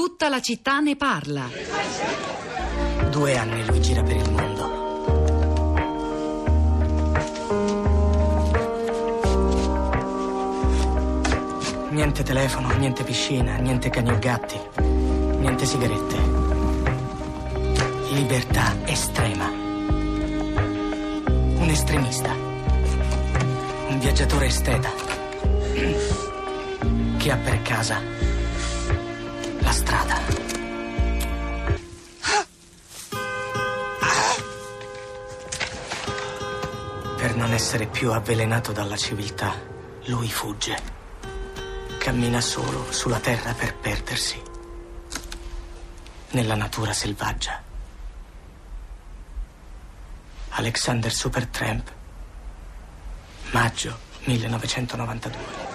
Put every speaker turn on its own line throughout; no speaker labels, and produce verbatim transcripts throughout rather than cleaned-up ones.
Tutta la città ne parla.
Due anni lui gira per il mondo. Niente telefono, niente piscina, niente cani o gatti, niente sigarette. Libertà estrema. Un estremista. Un viaggiatore esteta. Che ha per casa la strada. Per non essere più avvelenato dalla civiltà, lui fugge. Cammina solo sulla terra per perdersi nella natura selvaggia. Alexander Supertramp, maggio millenovecentonovantadue.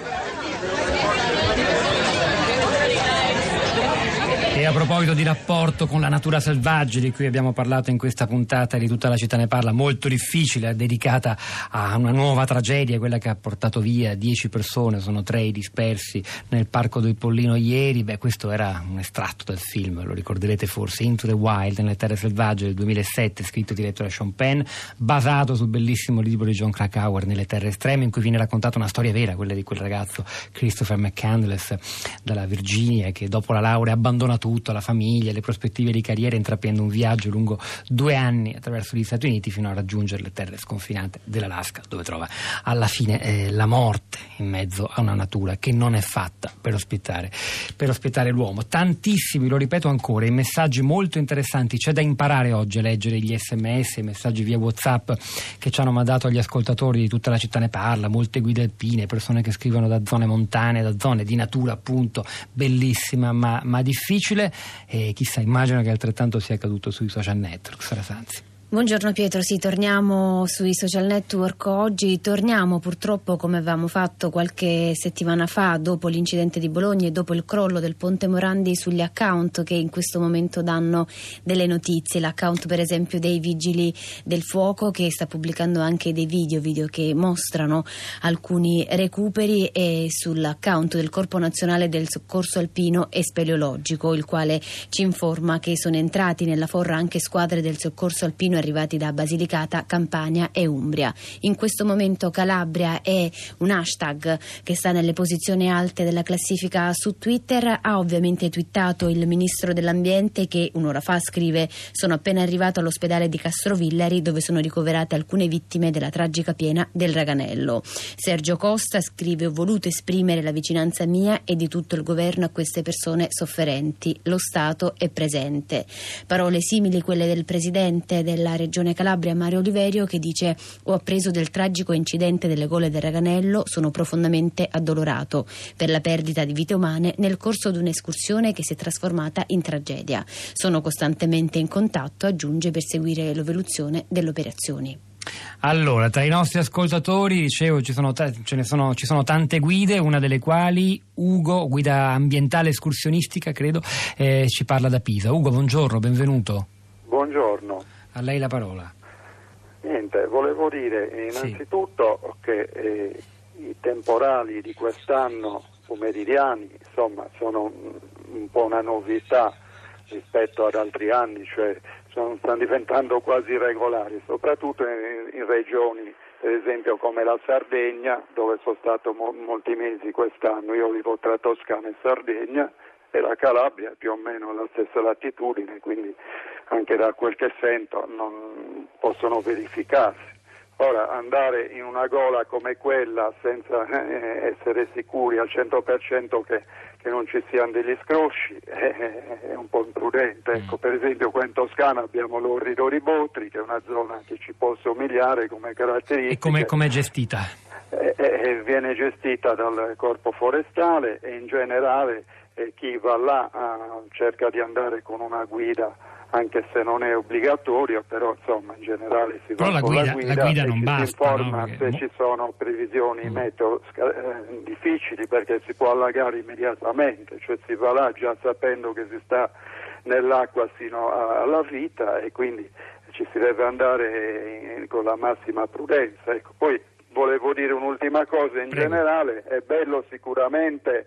E a proposito di rapporto con la natura selvaggia, di cui abbiamo parlato in questa puntata di Tutta la città ne parla, molto difficile, dedicata a una nuova tragedia, quella che ha portato via dieci persone, sono tre i dispersi nel Parco del Pollino ieri. Beh, questo era un estratto dal film, lo ricorderete forse, Into the Wild, nelle terre selvagge del duemilasette, scritto e diretto da Sean Penn, basato sul bellissimo libro di Jon Krakauer, Nelle terre estreme, in cui viene raccontata una storia vera, quella di quel ragazzo Christopher McCandless dalla Virginia, che dopo la laurea abbandona tutto, la famiglia, le prospettive di carriera, intraprende un viaggio lungo due anni attraverso gli Stati Uniti fino a raggiungere le terre sconfinate dell'Alaska, dove trova alla fine eh, la morte in mezzo a una natura che non è fatta per ospitare, per ospitare l'uomo. Tantissimi, lo ripeto ancora, i messaggi molto interessanti. C'è da imparare oggi a leggere gli sms, i messaggi via WhatsApp che ci hanno mandato gli ascoltatori di Tutta la città ne parla, molte guide alpine, persone che scrivono da zone montane, da zone di natura appunto bellissima ma, ma difficile. E chissà, immagino che altrettanto sia accaduto sui social network. Sara Sanzi.
Buongiorno Pietro, sì, torniamo sui social network oggi, torniamo purtroppo come avevamo fatto qualche settimana fa dopo l'incidente di Bologna e dopo il crollo del Ponte Morandi sugli account che in questo momento danno delle notizie, l'account per esempio dei Vigili del Fuoco che sta pubblicando anche dei video, video che mostrano alcuni recuperi, e sull'account del Corpo Nazionale del Soccorso Alpino e Speleologico, il quale ci informa che sono entrati nella forra anche squadre del Soccorso Alpino arrivati da Basilicata, Campania e Umbria. In questo momento Calabria è un hashtag che sta nelle posizioni alte della classifica su Twitter. Ha ovviamente twittato il ministro dell'ambiente che un'ora fa scrive: sono appena arrivato all'ospedale di Castrovillari dove sono ricoverate alcune vittime della tragica piena del Raganello. Sergio Costa scrive: ho voluto esprimere la vicinanza mia e di tutto il governo a queste persone sofferenti. Lo Stato è presente. Parole simili quelle del presidente della Regione Calabria, Mario Oliverio, che dice: ho appreso del tragico incidente delle gole del Raganello, sono profondamente addolorato per la perdita di vite umane nel corso di un'escursione che si è trasformata in tragedia. Sono costantemente in contatto, aggiunge, per seguire l'evoluzione delle operazioni.
Allora, tra i nostri ascoltatori, dicevo, ci sono, t- ce ne sono, ci sono tante guide, una delle quali Ugo, guida ambientale escursionistica, credo, eh, ci parla da Pisa. Ugo, buongiorno, benvenuto.
Buongiorno.
A lei la parola.
Niente, volevo dire innanzitutto sì. che eh, i temporali di quest'anno pomeridiani, insomma, sono un po' una novità rispetto ad altri anni, cioè sono, stanno diventando quasi regolari, soprattutto in, in regioni, per esempio come la Sardegna, dove sono stato mo- molti mesi quest'anno. Io vivo tra Toscana e Sardegna, e la Calabria è più o meno alla stessa latitudine, quindi anche da quel che sento non possono verificarsi. Ora, andare in una gola come quella senza eh, essere sicuri al cento per cento che, che non ci siano degli scrosci eh, è un po' imprudente. Ecco, per esempio qua in Toscana abbiamo l'Orrido Ribotri, che è una zona che ci può somigliare come caratteristiche.
E come, come è gestita?
Eh, eh, viene gestita dal Corpo Forestale e in generale eh, chi va là ah, cerca di andare con una guida, anche se non è obbligatorio, però insomma in generale si
però
va
la
con
guida,
la guida,
la guida
e
non
ci
basta,
si informa
no?
se
Perché...
ci sono previsioni
mm.
meteo eh, difficili, perché si può allagare immediatamente, cioè si va là già sapendo che si sta nell'acqua sino a, alla vita, e quindi ci si deve andare in, con la massima prudenza. Ecco, poi volevo dire un'ultima cosa in
Prego.
generale, è bello sicuramente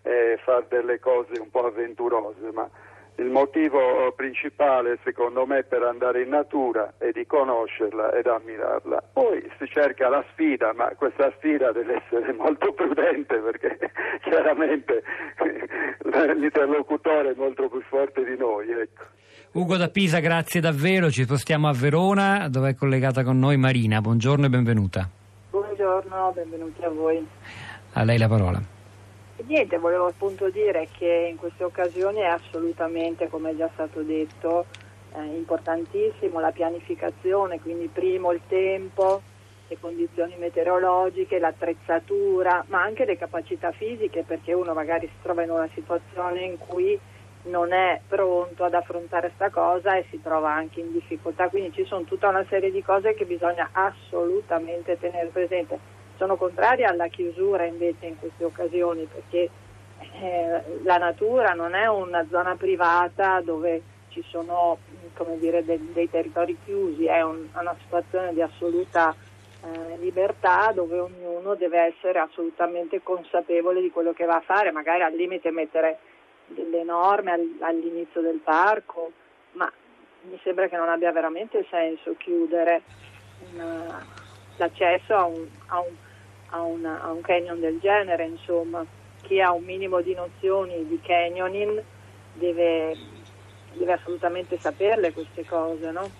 eh, fare delle cose un po' avventurose, ma il motivo principale secondo me per andare in natura è di conoscerla ed ammirarla. Poi si cerca la sfida, ma questa sfida deve essere molto prudente, perché chiaramente l'interlocutore è molto più forte di noi, ecco.
Ugo da Pisa, grazie davvero. Ci spostiamo a Verona, dove è collegata con noi Marina. Buongiorno e benvenuta.
Buongiorno, benvenuti a voi.
A lei la parola.
Niente, volevo appunto dire che in queste occasioni è assolutamente, come è già stato detto, eh, importantissimo la pianificazione, quindi primo il tempo, le condizioni meteorologiche, l'attrezzatura, ma anche le capacità fisiche, perché uno magari si trova in una situazione in cui non è pronto ad affrontare sta cosa e si trova anche in difficoltà, quindi ci sono tutta una serie di cose che bisogna assolutamente tenere presente. Sono contraria alla chiusura invece in queste occasioni, perché eh, la natura non è una zona privata dove ci sono, come dire, dei, dei territori chiusi, è un, una situazione di assoluta eh, libertà, dove ognuno deve essere assolutamente consapevole di quello che va a fare, magari al limite mettere delle norme al, all'inizio del parco, ma mi sembra che non abbia veramente senso chiudere una, l'accesso a un, a un A, una, a un canyon del genere. Insomma, chi ha un minimo di nozioni di canyoning deve, deve assolutamente saperle queste cose, no?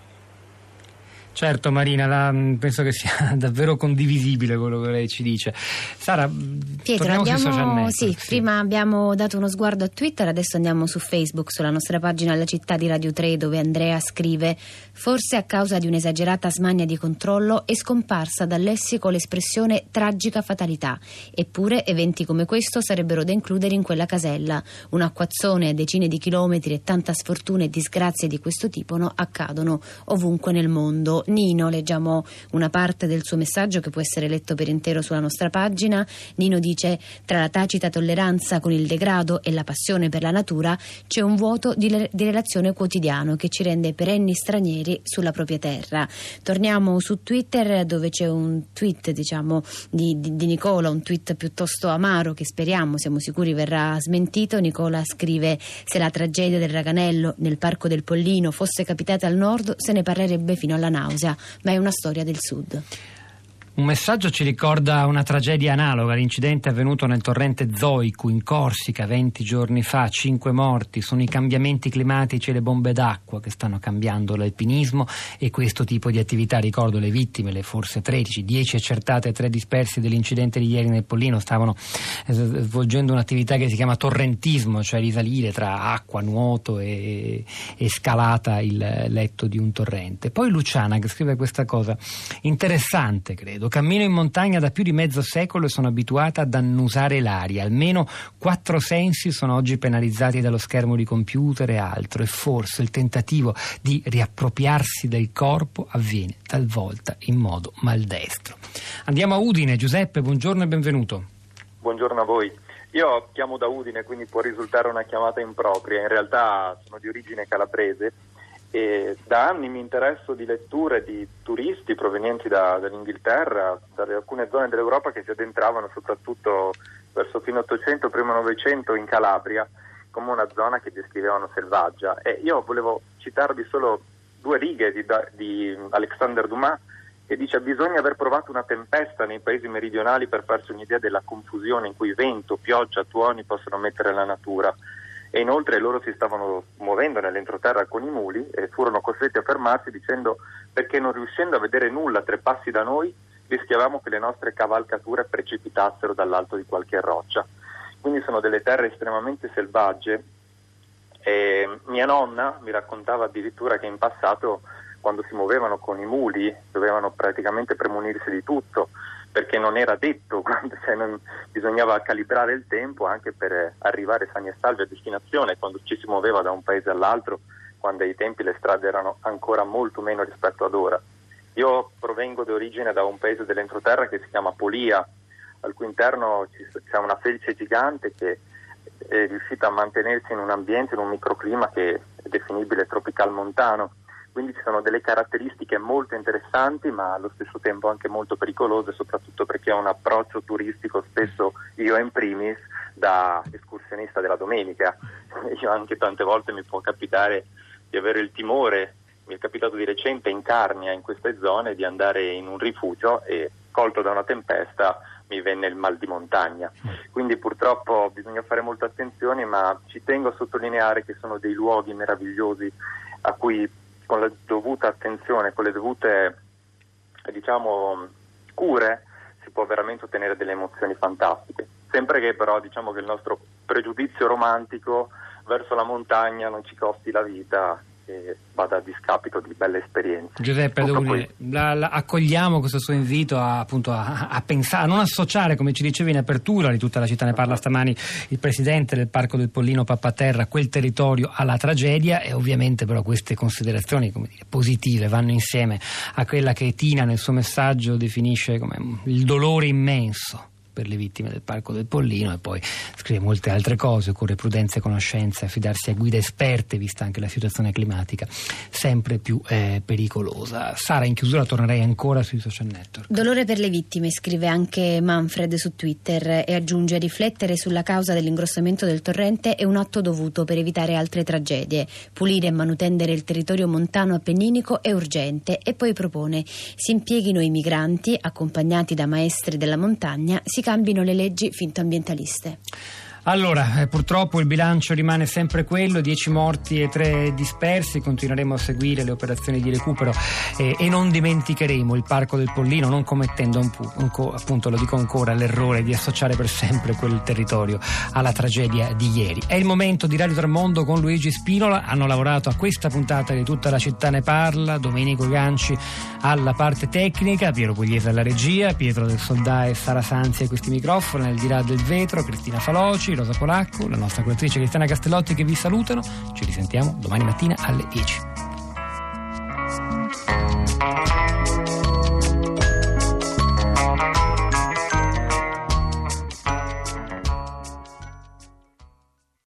Certo Marina, la, penso che sia davvero condivisibile quello che lei ci dice. Sara,
Pietro,
andiamo sui social network.
Sì, sì, prima abbiamo dato uno sguardo a Twitter, adesso andiamo su Facebook, sulla nostra pagina La Città di Radio tre, dove Andrea scrive: forse a causa di un'esagerata smania di controllo è scomparsa dal lessico l'espressione tragica fatalità, eppure eventi come questo sarebbero da includere in quella casella. Un acquazzone a decine di chilometri e tanta sfortuna e disgrazie di questo tipo no, accadono ovunque nel mondo. Nino, leggiamo una parte del suo messaggio che può essere letto per intero sulla nostra pagina. Nino dice: tra la tacita tolleranza con il degrado e la passione per la natura c'è un vuoto di, le- di relazione quotidiano che ci rende perenni stranieri sulla propria terra. Torniamo su Twitter, dove c'è un tweet diciamo di, di, di Nicola, un tweet piuttosto amaro che speriamo, siamo sicuri verrà smentito. Nicola scrive: se la tragedia del Raganello nel Parco del Pollino fosse capitata al nord se ne parlerebbe fino alla nausea, ma è una storia del sud.
Un messaggio ci ricorda una tragedia analoga, l'incidente avvenuto nel torrente Zoicu in Corsica venti giorni fa, cinque morti. Sono i cambiamenti climatici e le bombe d'acqua che stanno cambiando l'alpinismo e questo tipo di attività. Ricordo le vittime, le forse tredici, dieci accertate e tre dispersi dell'incidente di ieri nel Pollino. Stavano svolgendo un'attività che si chiama torrentismo, cioè risalire tra acqua, nuoto e, e scalata il letto di un torrente. Poi Luciana che scrive questa cosa interessante, credo: cammino in montagna da più di mezzo secolo e sono abituata ad annusare l'aria. Almeno quattro sensi sono oggi penalizzati dallo schermo di computer e altro, e forse il tentativo di riappropriarsi del corpo avviene talvolta in modo maldestro. Andiamo a Udine. Giuseppe, buongiorno e benvenuto.
Buongiorno a voi. Io chiamo da Udine, quindi può risultare una chiamata impropria. In realtà sono di origine calabrese e da anni mi interesso di letture di turisti provenienti da, dall'Inghilterra, dalle alcune zone dell'Europa che si addentravano soprattutto verso fine Ottocento, primo Novecento in Calabria, come una zona che descrivevano selvaggia. E io volevo citarvi solo due righe di, di Alexander Dumas, che dice: bisogna aver provato una tempesta nei paesi meridionali per farsi un'idea della confusione in cui vento, pioggia, tuoni possono mettere la natura. E inoltre loro si stavano muovendo nell'entroterra con i muli e furono costretti a fermarsi dicendo: perché non riuscendo a vedere nulla a tre passi da noi rischiavamo che le nostre cavalcature precipitassero dall'alto di qualche roccia. Quindi sono delle terre estremamente selvagge. E mia nonna mi raccontava addirittura che in passato, quando si muovevano con i muli, dovevano praticamente premunirsi di tutto, perché non era detto, cioè non, bisognava calibrare il tempo anche per arrivare sani e salvi a destinazione quando ci si muoveva da un paese all'altro, quando ai tempi le strade erano ancora molto meno rispetto ad ora. Io provengo di origine da un paese dell'entroterra che si chiama Polia, al cui interno c'è una felce gigante che è riuscita a mantenersi in un ambiente, in un microclima che è definibile tropical montano. Quindi ci sono delle caratteristiche molto interessanti, ma allo stesso tempo anche molto pericolose, soprattutto perché è un approccio turistico, spesso io in primis, da escursionista della domenica. Io anche tante volte mi può capitare di avere il timore, mi è capitato di recente in Carnia, in queste zone, di andare in un rifugio e, colto da una tempesta, mi venne il mal di montagna. Quindi purtroppo bisogna fare molta attenzione, ma ci tengo a sottolineare che sono dei luoghi meravigliosi a cui, con la dovuta attenzione, con le dovute, diciamo, cure, si può veramente ottenere delle emozioni fantastiche. Sempre che però, diciamo, che il nostro pregiudizio romantico verso la montagna non ci costi la vita e vada a discapito di belle esperienze.
Giuseppe, devo dire, la, la, accogliamo questo suo invito a, appunto a, a pensare, a non associare, come ci dicevi in apertura di Tutta la città ne parla stamani il presidente del Parco del Pollino Pappaterra, quel territorio alla tragedia, e ovviamente però queste considerazioni, come dire, positive vanno insieme a quella che Tina nel suo messaggio definisce come il dolore immenso per le vittime del Parco del Pollino, e poi scrive molte altre cose: occorre prudenza e conoscenza, affidarsi a guide esperte vista anche la situazione climatica sempre più eh, pericolosa. Sara, in chiusura tornerei ancora sui social network.
Dolore per le vittime, scrive anche Manfred su Twitter, e aggiunge: riflettere sulla causa dell'ingrossamento del torrente è un atto dovuto per evitare altre tragedie. Pulire e manutendere il territorio montano appenninico è urgente. E poi propone: si impieghino i migranti accompagnati da maestri della montagna, si cambino le leggi finto-ambientaliste.
Allora, eh, purtroppo il bilancio rimane sempre quello, dieci morti e tre dispersi. Continueremo a seguire le operazioni di recupero eh, e non dimenticheremo il Parco del Pollino, non commettendo un pu- un co- appunto, lo dico ancora, l'errore di associare per sempre quel territorio alla tragedia di ieri. È il momento di Radio Tremondo con Luigi Spinola. Hanno lavorato a questa puntata di Tutta la città ne parla Domenico Ganci alla parte tecnica, Piero Pugliese alla regia, Pietro del Soldà e Sara Sanzi a questi microfoni, al di là del vetro Cristina Faloci, Rosa Polacco, la nostra curatrice Cristiana Castellotti, che vi salutano. Ci risentiamo domani mattina alle dieci.